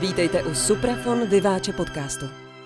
Vítejte u Suprafon Vyváče podcastu.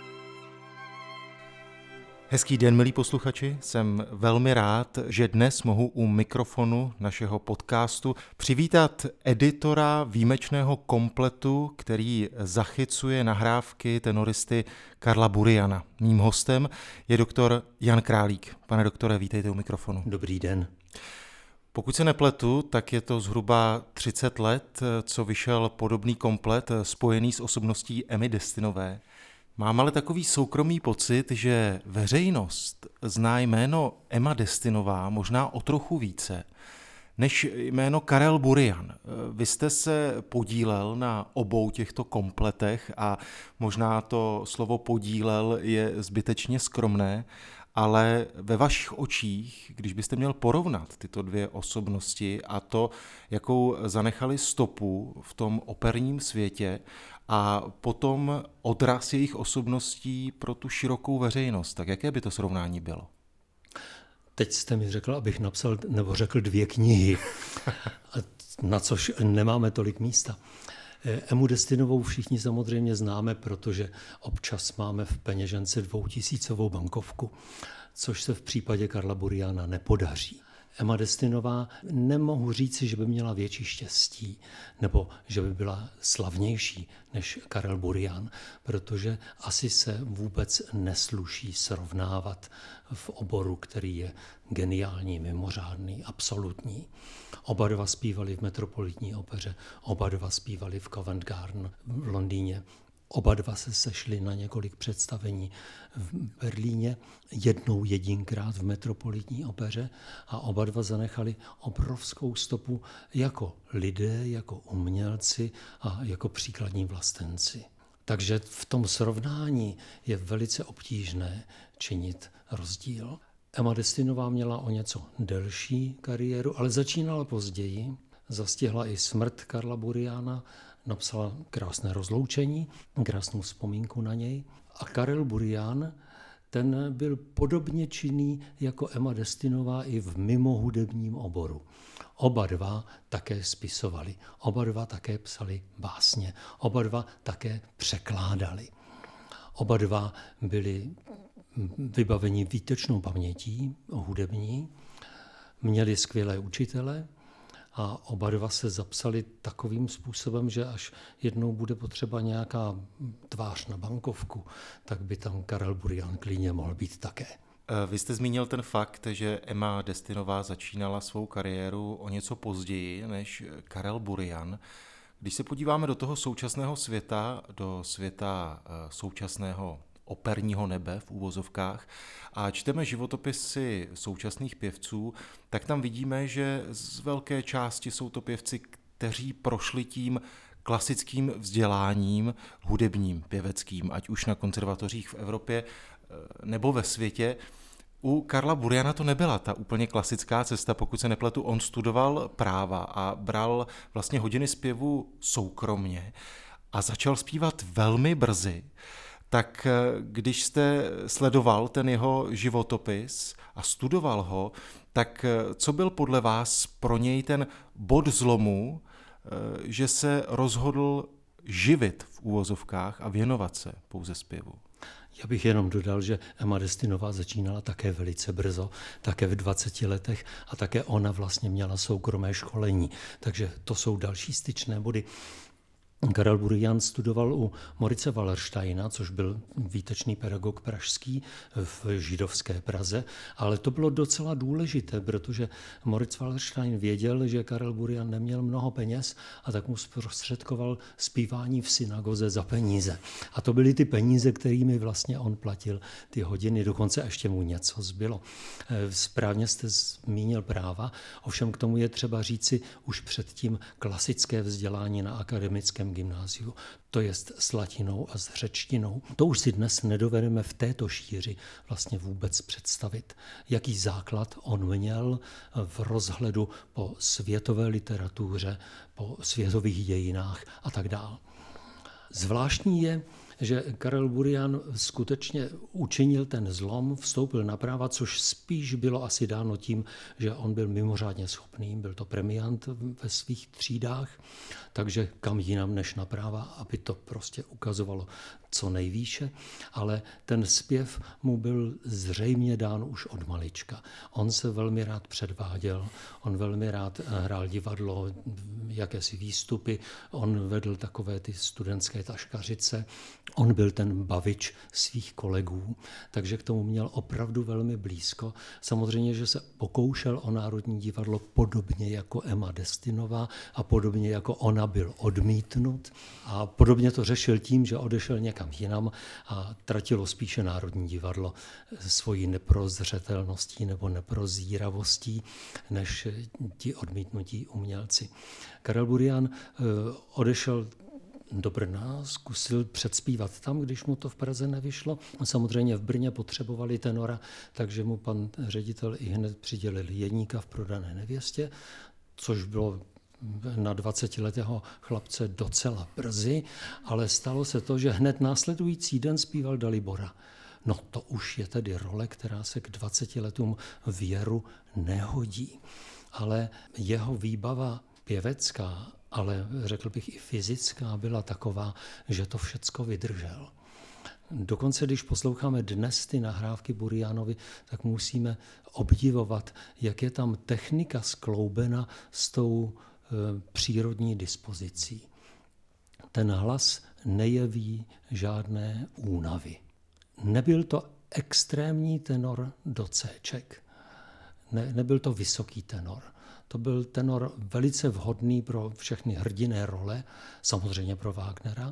Hezký den, milí posluchači. Jsem velmi rád, že dnes mohu u mikrofonu našeho podcastu přivítat editora výjimečného kompletu, který zachycuje nahrávky tenoristy Karla Buriana. Mým hostem je doktor Jan Králík. Pane doktore, vítejte u mikrofonu. Dobrý den. Pokud se nepletu, tak je to zhruba 30 let, co vyšel podobný komplet spojený s osobností Emmy Destinové. Mám ale takový soukromý pocit, že veřejnost zná jméno Emma Destinová možná o trochu více než jméno Karel Burian. Vy jste se podílel na obou těchto kompletech a možná to slovo podílel je zbytečně skromné, ale ve vašich očích, když byste měl porovnat tyto dvě osobnosti a to, jakou zanechali stopu v tom operním světě a potom odraz jejich osobností pro tu širokou veřejnost, tak jaké by to srovnání bylo? Teď jste mi řekl, abych napsal nebo řekl 2 knihy, na což nemáme tolik místa. Emmu Destinovou všichni samozřejmě známe, protože občas máme v peněžence 2000 bankovku, což se v případě Karla Buriana nepodaří. Emma Destinová, nemohu říci, že by měla větší štěstí nebo že by byla slavnější než Karel Burian, protože asi se vůbec nesluší srovnávat v oboru, který je geniální, mimořádný, absolutní. Oba dva zpívali v Metropolitní opeře, oba dva zpívali v Covent Garden v Londýně. Oba dva se sešli na několik představení v Berlíně, jedinkrát v Metropolitní opeře a oba dva zanechali obrovskou stopu jako lidé, jako umělci a jako příkladní vlastenci. Takže v tom srovnání je velice obtížné činit rozdíl. Emma Destinová měla o něco delší kariéru, ale začínala později, zastihla i smrt Karla Buriana, napsala krásné rozloučení, krásnou vzpomínku na něj. A Karel Burian, ten byl podobně činný jako Emma Destinová i v mimohudebním oboru. Oba dva také spisovali, oba dva také psali básně, oba dva také překládali. Oba dva byli vybaveni výtečnou pamětí hudební, měli skvělé učitele, a oba dva se zapsali takovým způsobem, že až jednou bude potřeba nějaká tvář na bankovku, tak by tam Karel Burian klidně mohl být také. Vy jste zmínil ten fakt, že Emma Destinová začínala svou kariéru o něco později než Karel Burian. Když se podíváme do toho současného světa, do světa současného operního nebe v uvozovkách a čteme životopisy současných pěvců, tak tam vidíme, že z velké části jsou to pěvci, kteří prošli tím klasickým vzděláním hudebním, pěveckým, ať už na konzervatořích v Evropě nebo ve světě. U Karla Buriana to nebyla ta úplně klasická cesta, pokud se nepletu, on studoval práva a bral vlastně hodiny zpěvu soukromně a začal zpívat velmi brzy. Tak když jste sledoval ten jeho životopis a studoval ho, tak co byl podle vás pro něj ten bod zlomu, že se rozhodl živit v uvozovkách a věnovat se pouze zpěvu? Já bych jenom dodal, že Emma Destinová začínala také velice brzo, také v 20 letech a také ona vlastně měla soukromé školení, takže to jsou další styčné body. Karel Burian studoval u Moritze Wallersteina, což byl výtečný pedagog pražský v židovské Praze, ale to bylo docela důležité, protože Moritz Wallerstein věděl, že Karel Burian neměl mnoho peněz a tak mu zprostředkoval zpívání v synagoze za peníze. A to byly ty peníze, kterými vlastně on platil ty hodiny, dokonce ještě mu něco zbylo. Správně jste zmínil práva, ovšem k tomu je třeba říci už předtím klasické vzdělání na akademickém gymnáziu, to jest s latinou a s řečtinou. To už si dnes nedovedeme v této šíři vlastně vůbec představit, jaký základ on měl v rozhledu po světové literatuře, po světových dějinách a tak dále. Zvláštní je, že Karel Burian skutečně učinil ten zlom, vstoupil naprava, což spíš bylo asi dáno tím, že on byl mimořádně schopný, byl to premiant ve svých třídách, takže kam jinam než naprava, aby to prostě ukazovalo co nejvýše, ale ten zpěv mu byl zřejmě dán už od malička. On se velmi rád předváděl, on velmi rád hrál divadlo, jakési výstupy, on vedl takové ty studentské taškařice, on byl ten bavič svých kolegů, takže k tomu měl opravdu velmi blízko. Samozřejmě, že se pokoušel o Národní divadlo podobně jako Emma Destinová a podobně jako ona byl odmítnut a podobně to řešil tím, že odešel někam jinam a tratilo spíše Národní divadlo svojí neprozřetelností nebo neprozíravostí než ti odmítnutí umělci. Karel Burian odešel do Brna, zkusil předspívat tam, když mu to v Praze nevyšlo. Samozřejmě v Brně potřebovali tenora, takže mu pan ředitel i hned přidělil jedníka v Prodané nevěstě, což bylo na 20letého chlapce docela brzy, ale stalo se to, že hned následující den zpíval Dalibora. No to už je tedy role, která se k 20 letům věru nehodí. Ale jeho výbava pěvecká, ale řekl bych i fyzická, byla taková, že to všecko vydržel. Dokonce, když posloucháme dnes ty nahrávky Burianovi, tak musíme obdivovat, jak je tam technika skloubena s tou přírodní dispozicí. Ten hlas nejeví žádné únavy. Nebyl to extrémní tenor do C-ček. Nebyl to vysoký tenor. To byl tenor velice vhodný pro všechny hrdinné role, samozřejmě pro Wagnera,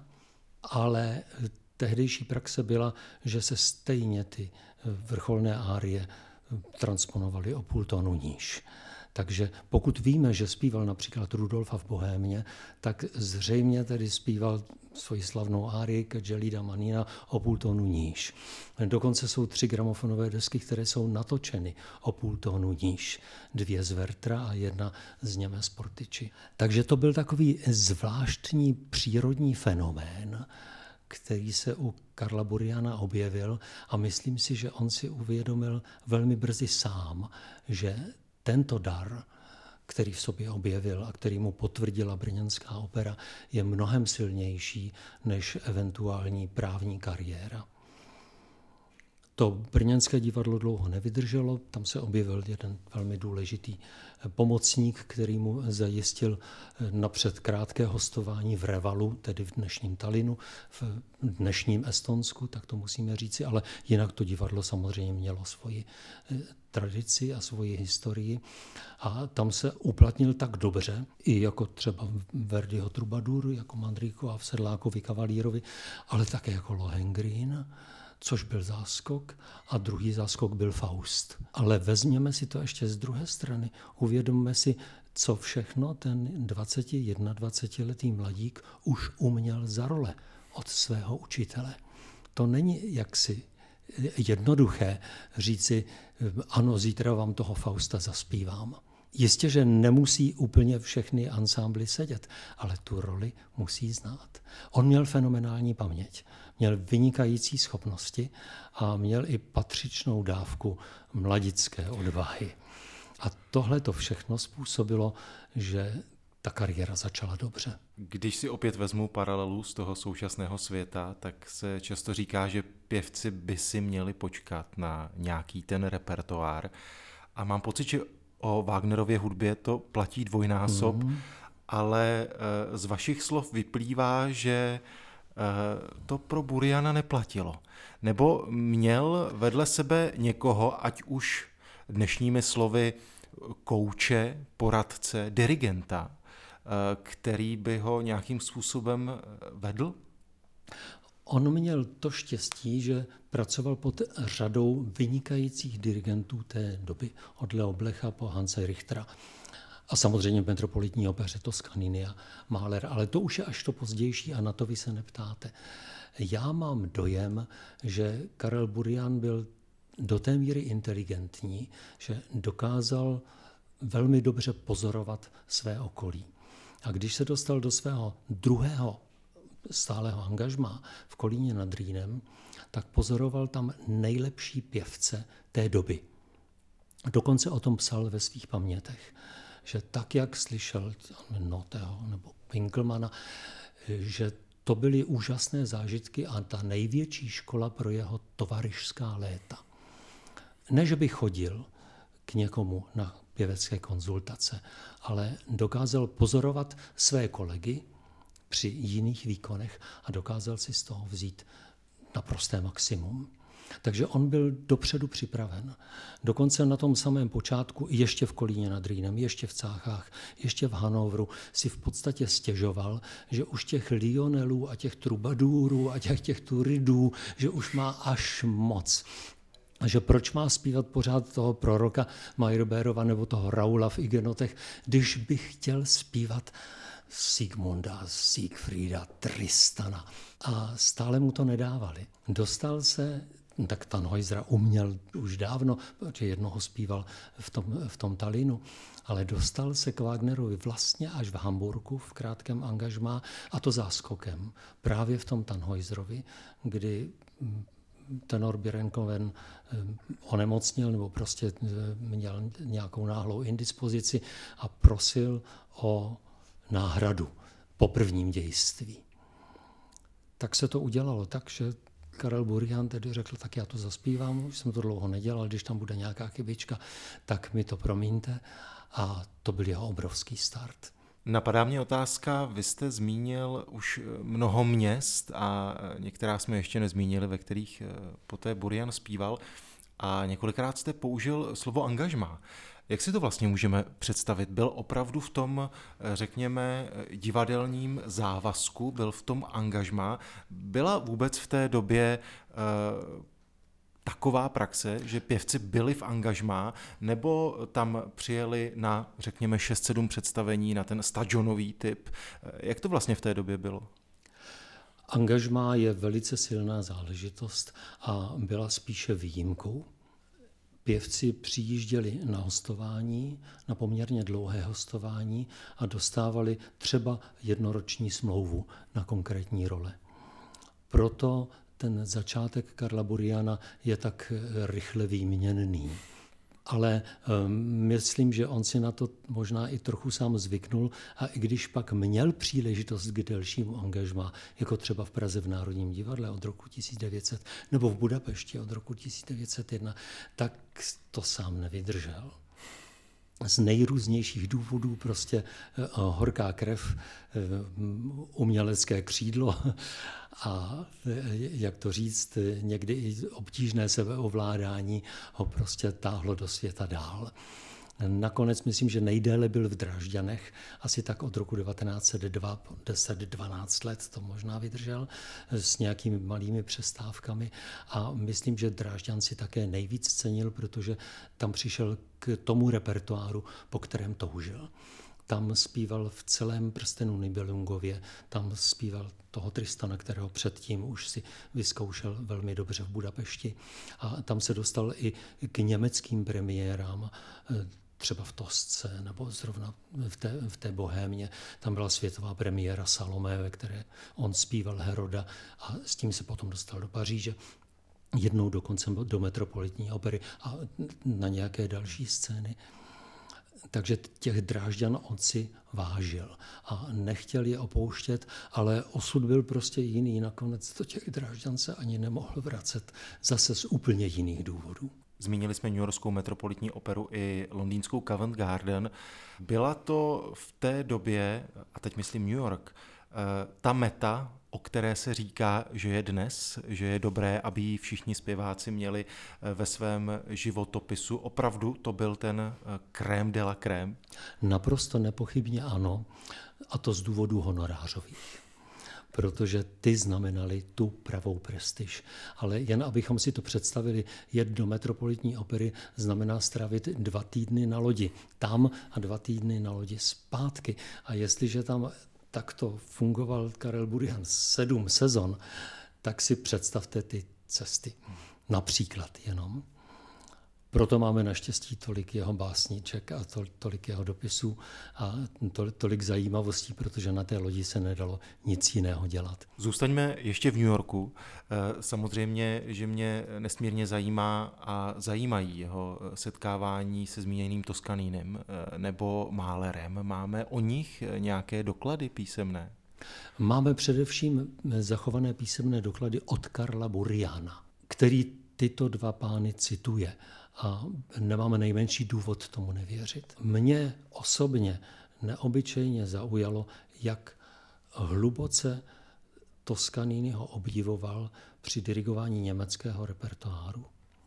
ale tehdejší praxe byla, že se stejně ty vrcholné árie transponovaly o půl tónu níž. Takže pokud víme, že zpíval například Rudolfa v Bohémě, tak zřejmě tedy zpíval svoji slavnou árii Gelida Manina o půl tónu níž. Dokonce jsou 3 gramofonové desky, které jsou natočeny o půl tónu níž. 2 z Wertra a 1 z Němé Sportiči. Takže to byl takový zvláštní přírodní fenomén, který se u Karla Buriana objevil a myslím si, že on si uvědomil velmi brzy sám, že tento dar, který v sobě objevil a který mu potvrdila brněnská opera, je mnohem silnější než eventuální právní kariéra. To brněnské divadlo dlouho nevydrželo, tam se objevil jeden velmi důležitý pomocník, který mu zajistil napřed krátké hostování v Revalu, tedy v dnešním Tallinnu, v dnešním Estonsku, tak to musíme říci, ale jinak to divadlo samozřejmě mělo svoji tradici a svoji historii a tam se uplatnil tak dobře, i jako třeba Verdiho Troubadour, jako Mandrico a v Sedlákovi Kavalírovi, ale také jako Lohengrin, což byl záskok, a druhý záskok byl Faust. Ale vezměme si to ještě z druhé strany. Uvědomme si, co všechno ten 21-letý mladík už uměl za role od svého učitele. To není jaksi jednoduché říci, ano, zítra vám toho Fausta zaspívám. Jistě, že nemusí úplně všechny ansámbly sedět, ale tu roli musí znát. On měl fenomenální paměť, měl vynikající schopnosti a měl i patřičnou dávku mladické odvahy. A tohle to všechno způsobilo, že ta kariéra začala dobře. Když si opět vezmu paralelu z toho současného světa, tak se často říká, že pěvci by si měli počkat na nějaký ten repertoár. A mám pocit, že o Wagnerově hudbě to platí dvojnásob, ale z vašich slov vyplývá, že to pro Buriana neplatilo. Nebo měl vedle sebe někoho, ať už dnešními slovy kouče, poradce, dirigenta, který by ho nějakým způsobem vedl? On měl to štěstí, že pracoval pod řadou vynikajících dirigentů té doby, od Leo Blecha po Hanse Richtera. A samozřejmě v Metropolitní opeře Toscanini a Mahler, ale to už je až to pozdější a na to vy se neptáte. Já mám dojem, že Karel Burian byl do té míry inteligentní, že dokázal velmi dobře pozorovat své okolí. A když se dostal do svého druhého stálého angažmá v Kolíně nad Rýnem, tak pozoroval tam nejlepší pěvce té doby. Dokonce o tom psal ve svých pamětech, že tak, jak slyšel Noteho nebo Winkelmana, že to byly úžasné zážitky a ta největší škola pro jeho tovaryšská léta. Ne, že by chodil k někomu na pěvecké konzultace, ale dokázal pozorovat své kolegy při jiných výkonech a dokázal si z toho vzít naprosté maximum. Takže on byl dopředu připraven. Dokonce na tom samém počátku, ještě v Kolíně nad Rýnem, ještě v Cáchách, ještě v Hanovru, si v podstatě stěžoval, že už těch Lionelů a těch trubadůrů a těch turidů, že už má až moc. Že proč má zpívat pořád toho proroka Meyerbeerova nebo toho Raula v Igenotech, když by chtěl zpívat Sigmunda, Siegfrieda, Tristana. A stále mu to nedávali. Dostal se, tak Tannhäusera uměl už dávno, protože jednoho zpíval v tom Tallinnu, ale dostal se k Wagnerovi vlastně až v Hamburku v krátkém angažmá, a to záskokem. Právě v tom Tannhäuserovi, kdy tenor Birenkoven onemocněl nebo prostě měl nějakou náhlou indispozici a prosil o náhradu po prvním dějství. Tak se to udělalo tak, že Karel Burian tedy řekl, tak já to zaspívám, už jsem to dlouho nedělal, když tam bude nějaká chybička, tak mi to promiňte. A to byl jeho obrovský start. Napadá mě otázka, vy jste zmínil už mnoho měst a některá jsme ještě nezmínili, ve kterých poté Burian zpíval, a několikrát jste použil slovo angažmá. Jak si to vlastně můžeme představit? Byl opravdu v tom, řekněme, divadelním závazku, byl v tom angažmá? Byla vůbec v té době taková praxe, že pěvci byli v angažmá, nebo tam přijeli na, řekněme, 6-7 představení, na ten stadionový typ? Jak to vlastně v té době bylo? Angažmá je velice silná záležitost a byla spíše výjimkou. Pěvci přijížděli na hostování, na poměrně dlouhé hostování a dostávali třeba jednoroční smlouvu na konkrétní role. Proto ten začátek Karla Buriana je tak rychle výměnný. Ale myslím, že on si na to možná i trochu sám zvyknul, a i když pak měl příležitost k delšímu angažmá, jako třeba v Praze v Národním divadle od roku 1900 nebo v Budapešti od roku 1901, tak to sám nevydržel. Z nejrůznějších důvodů, prostě horká krev, umělecké křídlo a, jak to říct, někdy i obtížné sebeovládání ho prostě táhlo do světa dál. Nakonec myslím, že nejdéle byl v Drážďanech, asi tak od roku 1902, 10-12 let to možná vydržel, s nějakými malými přestávkami, a myslím, že Drážďan si také nejvíc cenil, protože tam přišel k tomu repertoáru, po kterém toužil. Tam zpíval v celém prstenu Nibelungově, tam zpíval toho Tristana, kterého předtím už si vyzkoušel velmi dobře v Budapešti, a tam se dostal i k německým premiérám, třeba v Tosce nebo zrovna v té Bohémě. Tam byla světová premiéra Salomé, ve které on zpíval Heroda, a s tím se potom dostal do Paříže. Jednou dokonce do Metropolitní opery a na nějaké další scény. Takže těch Drážďan on si vážil a nechtěl je opouštět, ale osud byl prostě jiný. Nakonec do těch Drážďan se ani nemohl vracet, zase z úplně jiných důvodů. Zmínili jsme newyorskou Metropolitní operu i londýnskou Covent Garden. Byla to v té době, a teď myslím New York, ta meta, o které se říká, že je dnes, že je dobré, aby ji všichni zpěváci měli ve svém životopisu. Opravdu to byl ten crème de la crème? Naprosto nepochybně ano, a to z důvodu honorářových. Protože ty znamenaly tu pravou prestiž. Ale jen abychom si to představili, jet do Metropolitní opery znamená strávit 2 týdny na lodi tam a 2 týdny na lodi zpátky. A jestliže tam takto fungoval Karel Burian 7 sezon, tak si představte ty cesty. Například jenom. Proto máme naštěstí tolik jeho básníček a tolik jeho dopisů a tolik zajímavostí, protože na té lodi se nedalo nic jiného dělat. Zůstaňme ještě v New Yorku. Samozřejmě, že mě nesmírně zajímá a zajímají jeho setkávání se zmíněným Toskanínem nebo Mahlerem. Máme o nich nějaké doklady písemné? Máme především zachované písemné doklady od Karla Buriana, který tyto dva pány cituje. A nemáme nejmenší důvod tomu nevěřit. Mě osobně neobyčejně zaujalo, jak hluboce Toscanini ho obdivoval při dirigování německého repertoáru.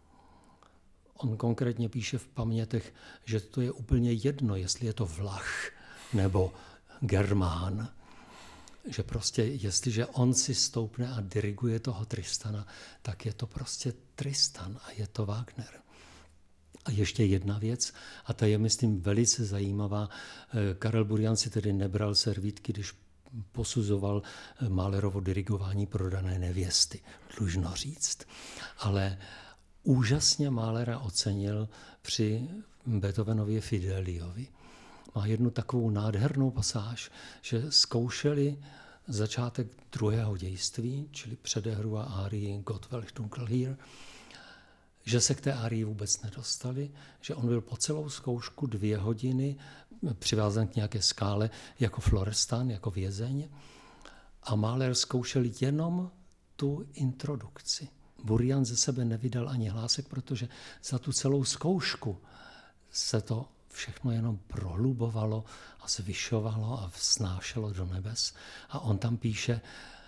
On konkrétně píše v pamětech, že to je úplně jedno, jestli je to Vlach nebo Germán. Že prostě, jestliže on si stoupne a diriguje toho Tristana, tak je to prostě Tristan a je to Wagner. A ještě jedna věc, a ta je, myslím, velice zajímavá. Karel Burian si tedy nebral servítky, když posuzoval Mahlerovo dirigování Prodané nevěsty, dlužno říct. Ale úžasně Mahlera ocenil při Beethovenově Fideliovi. Má jednu takovou nádhernou pasáž, že zkoušeli začátek druhého dějství, čili předehru a árii Gott welch dunkel hier, že se k té árii vůbec nedostali, že on byl po celou zkoušku 2 hodiny přivázan k nějaké skále jako Florestan, jako vězeň a Mahler zkoušel jenom tu introdukci. Burian ze sebe nevydal ani hlásek, protože za tu celou zkoušku se to všechno jenom prohlubovalo a zvyšovalo a vznášelo do nebes. A on tam píše,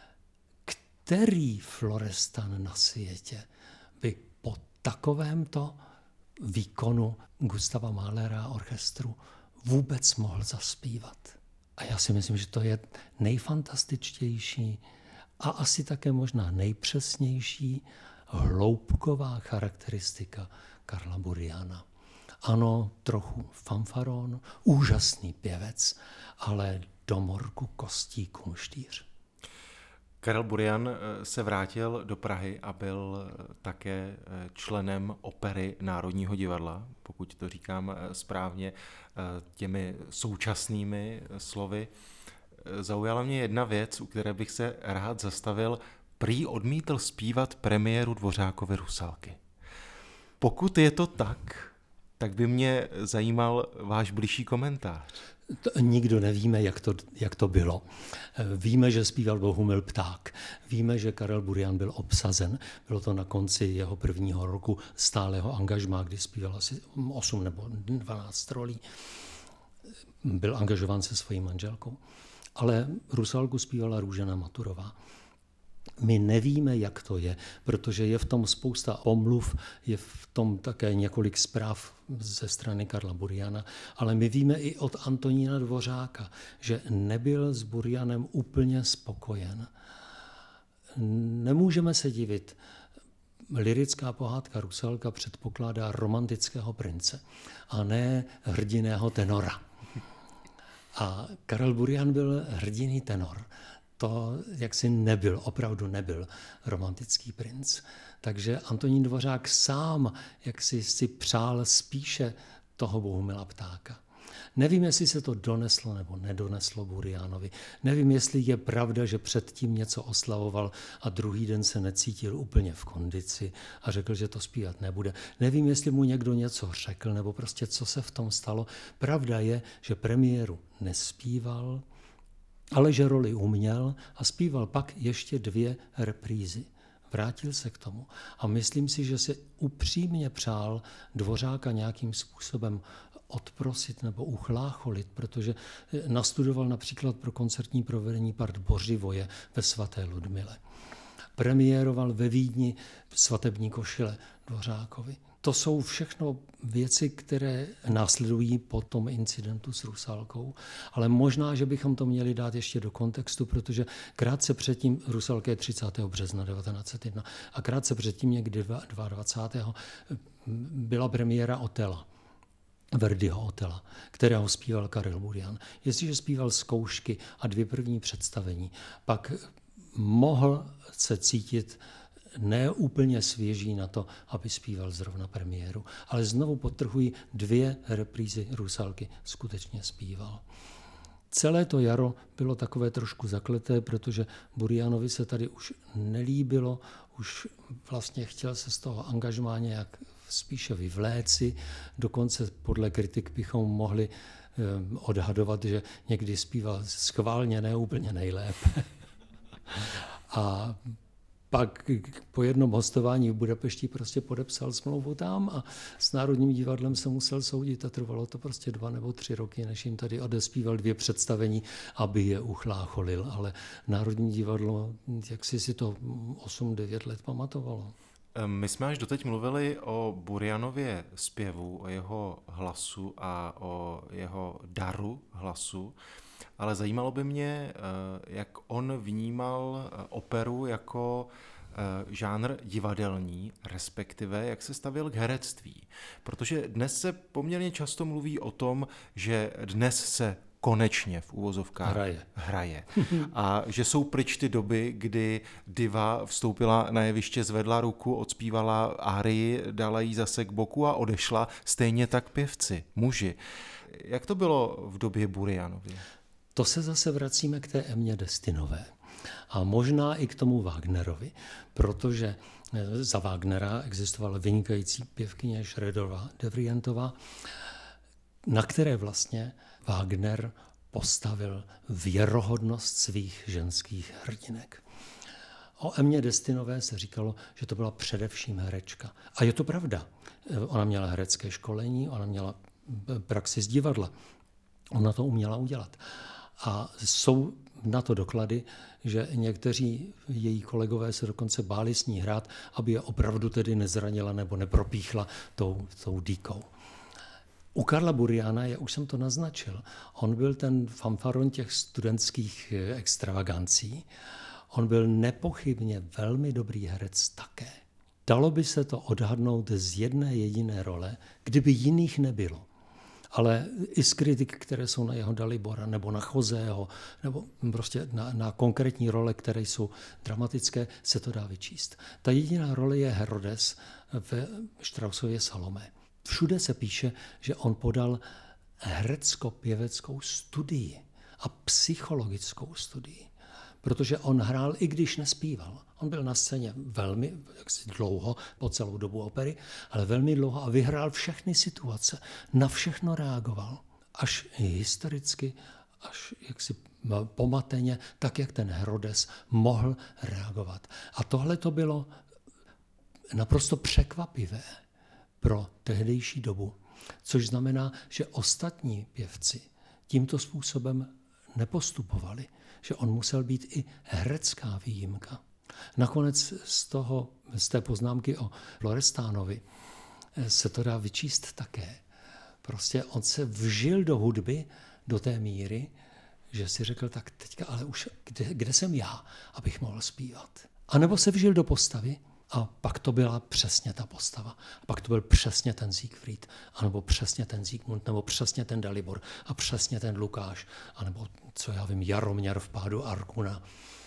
který Florestan na světě by po takovémto výkonu Gustava Mahlera a orchestru vůbec mohl zaspívat. A já si myslím, že to je nejfantastičtější a asi také možná nejpřesnější hloubková charakteristika Karla Buriana. Ano, trochu fanfaron, úžasný pěvec, ale do morku kostí kunštýř. Karel Burian se vrátil do Prahy a byl také členem opery Národního divadla, pokud to říkám správně těmi současnými slovy. Zaujala mě jedna věc, u které bych se rád zastavil. Prý odmítl zpívat premiéru Dvořákovy Rusalky. Pokud je to tak by mě zajímal váš bližší komentář. Nikdo nevíme, jak to bylo. Víme, že zpíval Bohumil Pták. Víme, že Karel Burian byl obsazen. Bylo to na konci jeho prvního roku stálého angažmá, kdy zpíval asi 8 nebo 12 rolí. Byl angažován se svojí manželkou. Ale Rusalku zpívala Růžena Maturová. My nevíme, jak to je, protože je v tom spousta omluv, je v tom také několik zpráv ze strany Karla Buriana, ale my víme i od Antonína Dvořáka, že nebyl s Burianem úplně spokojen. Nemůžeme se divit. Lyrická pohádka Rusalka předpokládá romantického prince a ne hrdinného tenora. A Karel Burian byl hrdinný tenor. To jaksi opravdu nebyl romantický princ. Takže Antonín Dvořák sám jaksi si přál spíše toho Bohumila Ptáka. Nevím, jestli se to doneslo nebo nedoneslo Burianovi. Nevím, jestli je pravda, že předtím něco oslavoval a druhý den se necítil úplně v kondici a řekl, že to zpívat nebude. Nevím, jestli mu někdo něco řekl nebo prostě co se v tom stalo. Pravda je, že premiéru nespíval, ale že roli uměl a zpíval pak ještě 2 reprízy. Vrátil se k tomu a myslím si, že si upřímně přál Dvořáka nějakým způsobem odprosit nebo uchlácholit, protože nastudoval například pro koncertní provedení part Bořivoje ve Svaté Ludmile. Premiéroval ve Vídni Svatební košile Dvořákovi. To jsou všechno věci, které následují po tom incidentu s Rusalkou, ale možná, že bychom to měli dát ještě do kontextu, protože krátce předtím, Rusalka je 30. března 1901, a krátce předtím někdy 22. byla premiéra Otela, Verdiho Otela, kterého zpíval Karel Burian. Jestliže zpíval zkoušky a 2 první představení, pak mohl se cítit ne úplně svěží na to, aby zpíval zrovna premiéru. Ale znovu podtrhuji, 2 reprízy Rusalky skutečně zpíval. Celé to jaro bylo takové trošku zakleté, protože Burianovi se tady už nelíbilo, už vlastně chtěl se z toho angažmá nějak spíše vyvléci, dokonce podle kritik bychom mohli odhadovat, že někdy zpíval schválně, ne úplně nejlépe. A pak po jednom hostování v Budapešti prostě podepsal smlouvu tam a s Národním divadlem se musel soudit a trvalo to prostě 2 nebo 3 roky, než jim tady odespíval 2 představení, aby je uchlácholil. Ale Národní divadlo, jak si to 8-9 let pamatovalo. My jsme až doteď mluvili o Burianově zpěvu, o jeho hlasu a o jeho daru hlasu, ale zajímalo by mě, jak on vnímal operu jako žánr divadelní, respektive jak se stavěl k herectví. Protože dnes se poměrně často mluví o tom, že dnes se konečně v uvozovkách hraje. A že jsou pryč ty doby, kdy diva vstoupila na jeviště, zvedla ruku, odspívala árii, dala jí zase k boku a odešla. Stejně tak pěvci, muži. Jak to bylo v době Burianově? To se zase vracíme k té Emě Destinové. A možná i k tomu Wagnerovi, protože za Wagnera existovala vynikající pěvkyně Schroederová Devrientová, na které vlastně Wagner postavil věrohodnost svých ženských hrdinek. O Emě Destinové se říkalo, že to byla především herečka. A je to pravda. Ona měla herecké školení, ona měla praxi z divadla. Ona to uměla udělat. A jsou na to doklady, že někteří její kolegové se dokonce báli s ní hrát, aby je opravdu tedy nezranila nebo nepropíchla tou dýkou. U Karla Buriana, už jsem to naznačil, on byl ten fanfaron těch studentských extravagancí. On byl nepochybně velmi dobrý herec také. Dalo by se to odhadnout z jedné jediné role, kdyby jiných nebylo. Ale i z kritik, které jsou na jeho Dalibora nebo na Chozého, nebo prostě na konkrétní role, které jsou dramatické, se to dá vyčíst. Ta jediná role je Herodes v Straussově Salomé. Všude se píše, že on podal herecko-pěveckou studii a psychologickou studii, protože on hrál, i když nespíval. On byl na scéně velmi dlouho, po celou dobu opery, ale velmi dlouho a vyhrál všechny situace, na všechno reagoval. Až historicky, až jaksi pomateně, tak jak ten Herodes mohl reagovat. A tohle to bylo naprosto překvapivé pro tehdejší dobu, což znamená, že ostatní pěvci tímto způsobem nepostupovali, že on musel být i herecká výjimka. Nakonec z té poznámky o Florestánovi se to dá vyčíst také. Prostě on se vžil do hudby do té míry, že si řekl, tak teďka ale už kde jsem já, abych mohl zpívat. A nebo se vžil do postavy a pak to byla přesně ta postava. A pak to byl přesně ten Siegfried, anebo přesně ten Siegmund, nebo přesně ten Dalibor a přesně ten Lukáš, anebo co já vím, Jaromír v Pádu Arkuna.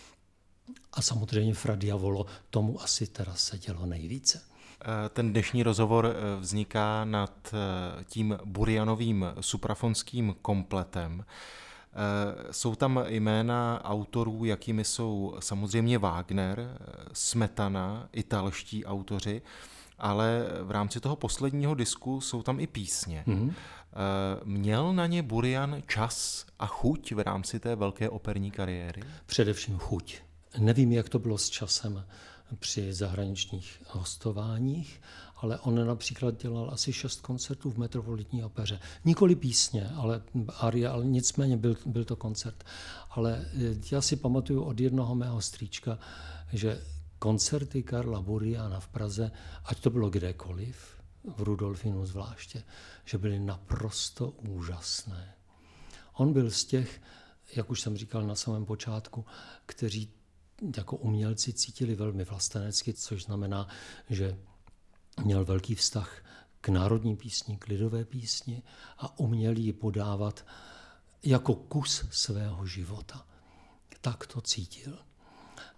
A samozřejmě Fra Diavolo, tomu asi teda se dělo nejvíce. Ten dnešní rozhovor vzniká nad tím Burianovým suprafonským kompletem. Jsou tam jména autorů, jakými jsou samozřejmě Wagner, Smetana, italští autoři, ale v rámci toho posledního disku jsou tam i písně. Mm-hmm. Měl na ně Burian čas a chuť v rámci té velké operní kariéry? Především chuť. Nevím, jak to bylo s časem při zahraničních hostováních, ale on například dělal asi 6 koncertů v Metropolitní opeře. Nikoli písně, ale aria, ale nicméně byl to koncert. Ale já si pamatuju od jednoho mého strýčka, že koncerty Karla Buriana v Praze, ať to bylo kdekoliv, v Rudolfinu zvláště, že byly naprosto úžasné. On byl z těch, jak už jsem říkal na samém počátku, kteří jako umělci cítili velmi vlastenecky, což znamená, že měl velký vztah k národní písni, k lidové písni a uměl ji podávat jako kus svého života. Tak to cítil.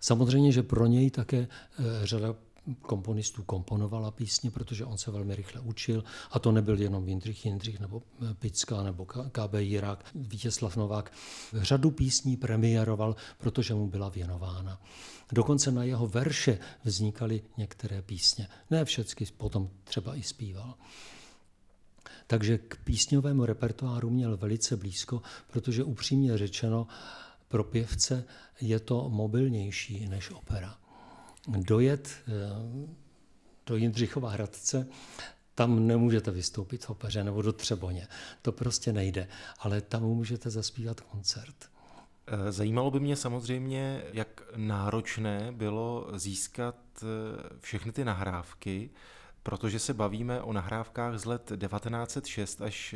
Samozřejmě, že pro něj také řada komponistů komponovala písně, protože on se velmi rychle učil a to nebyl jenom Jindřich nebo Picka nebo K.B. Jirák, Vítězslav Novák. Řadu písní premiéroval, protože mu byla věnována. Dokonce na jeho verše vznikaly některé písně. Ne všechny, potom třeba i zpíval. Takže k písňovému repertoáru měl velice blízko, protože upřímně řečeno, pro pěvce je to mobilnější než opera. Dojet do Jindřichova Hradce, tam nemůžete vystoupit v opeře nebo do Třeboně. To prostě nejde, ale tam můžete zaspívat koncert. Zajímalo by mě samozřejmě, jak náročné bylo získat všechny ty nahrávky, protože se bavíme o nahrávkách z let 1906 až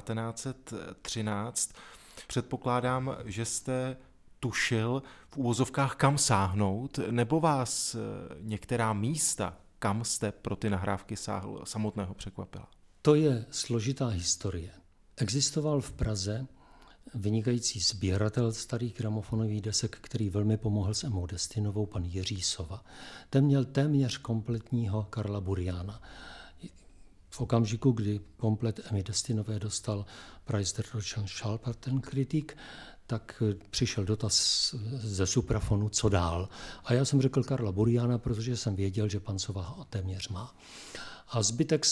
1913. Předpokládám, že jste tušil v uvozovkách kam sáhnout, nebo vás některá místa, kam jste pro ty nahrávky sáhl, samotného překvapila? To je složitá historie. Existoval v Praze vynikající sběratel starých gramofonových desek, který velmi pomohl s Emou Destinovou, pan Jiří Sova. Ten měl téměř kompletního Karla Buriana. V okamžiku, kdy komplet Emy Destinové dostal Preis der Deutschen Schallplattenkritik, tak přišel dotaz ze Suprafonu, co dál. A já jsem řekl Karla Buriana, protože jsem věděl, že pan Sova ho téměř má. A zbytek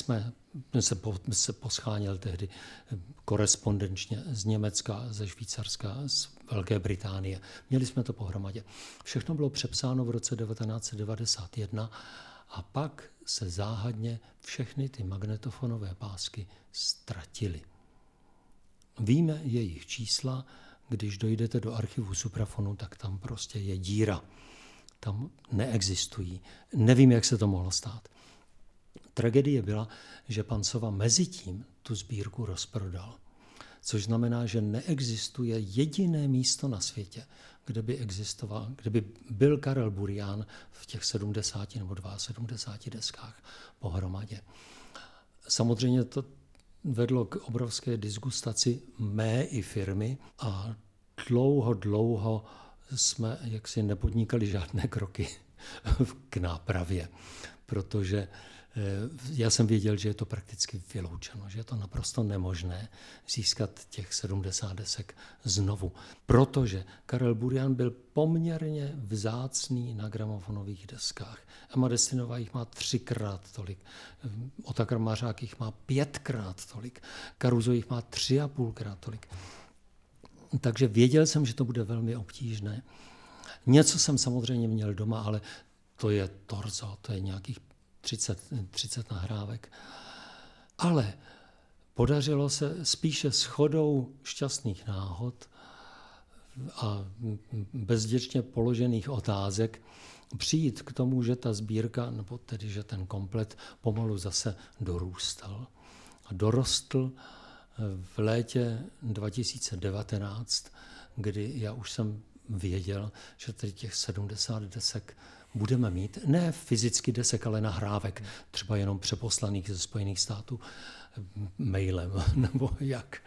se poscháněl tehdy korespondenčně z Německa, ze Švýcarska, z Velké Británie. Měli jsme to pohromadě. Všechno bylo přepsáno v roce 1991 a pak se záhadně všechny ty magnetofonové pásky ztratily. Víme jejich čísla, když dojdete do archivu Suprafonu, tak tam prostě je díra. Tam neexistují. Nevím, jak se to mohlo stát. Tragédie byla, že pan Sova mezitím tu sbírku rozprodal. Což znamená, že neexistuje jediné místo na světě, kde by byl Karel Burian v těch 70 nebo 72 deskách pohromadě. Samozřejmě to vedlo k obrovské disgustaci mé i firmy a dlouho jsme jaksi nepodnikali žádné kroky k nápravě, protože já jsem věděl, že je to prakticky vyloučeno, že je to naprosto nemožné získat těch 70 desek znovu, protože Karel Burian byl poměrně vzácný na gramofonových deskách. Emma Destinová jich má 3x tolik, Otakar Mařák jich má 5x tolik, Caruso jich má 3,5x tolik. Takže věděl jsem, že to bude velmi obtížné. Něco jsem samozřejmě měl doma, ale to je torzo, to je nějakých 30 nahrávek. Ale podařilo se spíše shodou šťastných náhod a bezděčně položených otázek přijít k tomu, že ta sbírka, nebo tedy, že ten komplet pomalu zase dorůstal. A dorostl v létě 2019, kdy já už jsem věděl, že tedy těch 70 desek budeme mít, ne fyzicky desek, ale nahrávek, třeba jenom přeposlaných ze Spojených států mailem, nebo jak.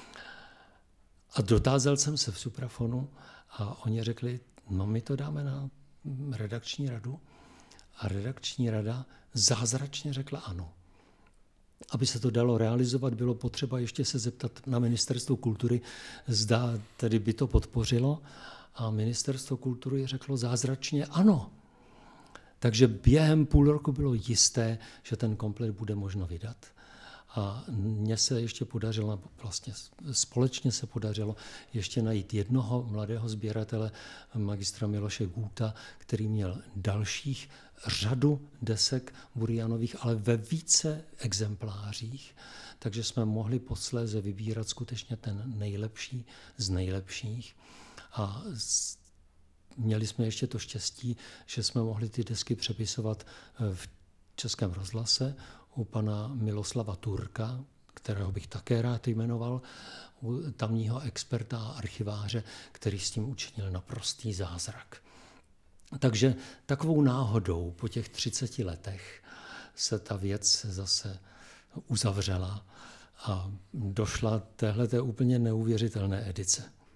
A dotázal jsem se v Suprafonu a oni řekli, no my to dáme na redakční radu. A redakční rada zázračně řekla ano. Aby se to dalo realizovat, bylo potřeba ještě se zeptat na Ministerstvo kultury, zda tedy by to podpořilo. A Ministerstvo kultury řeklo zázračně ano. Takže během půl roku bylo jisté, že ten komplet bude možno vydat. A mně se ještě podařilo, vlastně společně se podařilo ještě najít jednoho mladého sběratele, magistra Miloše Guta, který měl dalších řadu desek Burianových, ale ve více exemplářích. Takže jsme mohli posléze vybírat skutečně ten nejlepší z nejlepších. A měli jsme ještě to štěstí, že jsme mohli ty desky přepisovat v Českém rozhlase u pana Miloslava Turka, kterého bych také rád jmenoval, u tamního experta a archiváře, který s tím učinil naprostý zázrak. Takže takovou náhodou po těch 30 letech se ta věc zase uzavřela a došla téhleté úplně neuvěřitelné edice.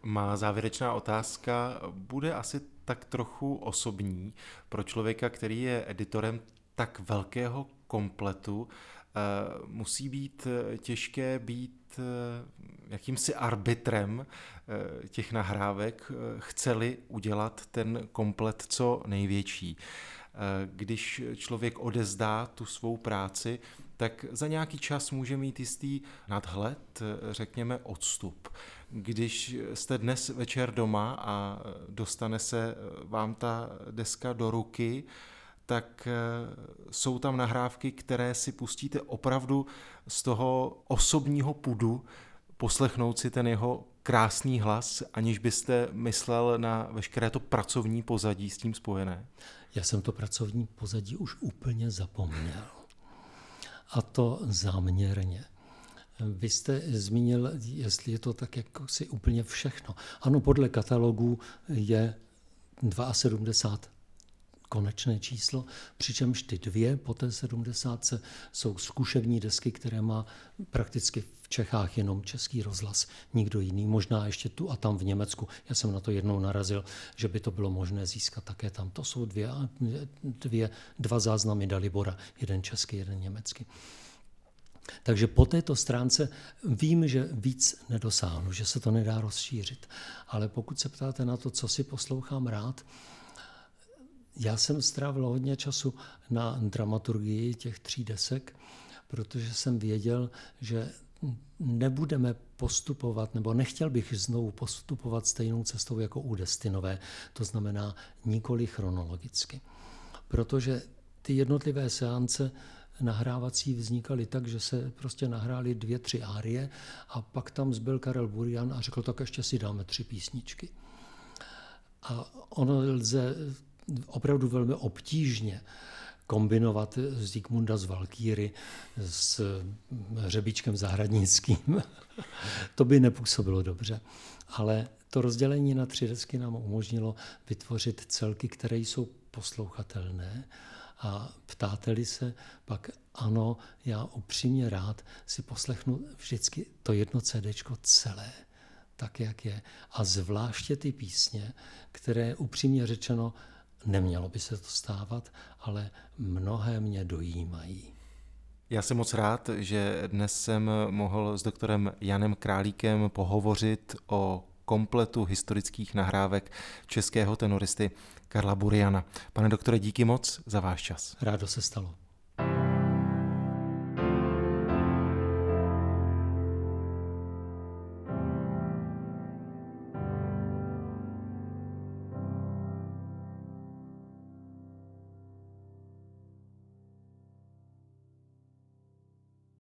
Má závěrečná otázka bude asi tak trochu osobní. Pro člověka, který je editorem tak velkého kompletu, musí být těžké být jakýmsi arbitrem těch nahrávek, chce-li udělat ten komplet co největší. Když člověk odezdá tu svou práci, tak za nějaký čas může mít jistý nadhled, řekněme odstup. Když jste dnes večer doma a dostane se vám ta deska do ruky, tak jsou tam nahrávky, které si pustíte opravdu z toho osobního pudu, poslechnout si ten jeho krásný hlas, aniž byste myslel na veškeré to pracovní pozadí s tím spojené. Já jsem to pracovní pozadí už úplně zapomněl. A to záměrně. Vy jste zmínil, jestli je to tak jako si úplně všechno. Ano, podle katalogu je 72 konečné číslo, přičemž ty dvě po té 70 jsou zkušební desky, které má prakticky v Čechách jenom Český rozhlas, nikdo jiný, možná ještě tu a tam v Německu. Já jsem na to jednou narazil, že by to bylo možné získat také tam. To jsou dva záznamy Dalibora, jeden český, jeden německý. Takže po této stránce vím, že víc nedosáhnu, že se to nedá rozšířit. Ale pokud se ptáte na to, co si poslouchám rád, já jsem strávil hodně času na dramaturgii těch 3 desek, protože jsem věděl, že nebudeme postupovat, nebo nechtěl bych znovu postupovat stejnou cestou jako u Destinové, to znamená nikoli chronologicky. Protože ty jednotlivé seance nahrávací vznikaly tak, že se prostě nahrály 2-3 árie a pak tam zbyl Karel Burian a řekl, tak ještě si dáme 3 písničky. A ono lze opravdu velmi obtížně kombinovat Zikmunda z Valkýry s Hřebíčkem Zahradnickým. To by nepůsobilo dobře. Ale to rozdělení na 3 desky nám umožnilo vytvořit celky, které jsou poslouchatelné. A ptáte-li se, pak ano, já upřímně rád si poslechnu vždycky to jedno CDčko celé, tak, jak je. A zvláště ty písně, které upřímně řečeno nemělo by se to stávat, ale mnohé mě dojímají. Já jsem moc rád, že dnes jsem mohl s doktorem Janem Králíkem pohovořit o kompletu historických nahrávek českého tenoristy Karla Buriana. Pane doktore, díky moc za váš čas. Rádo se stalo.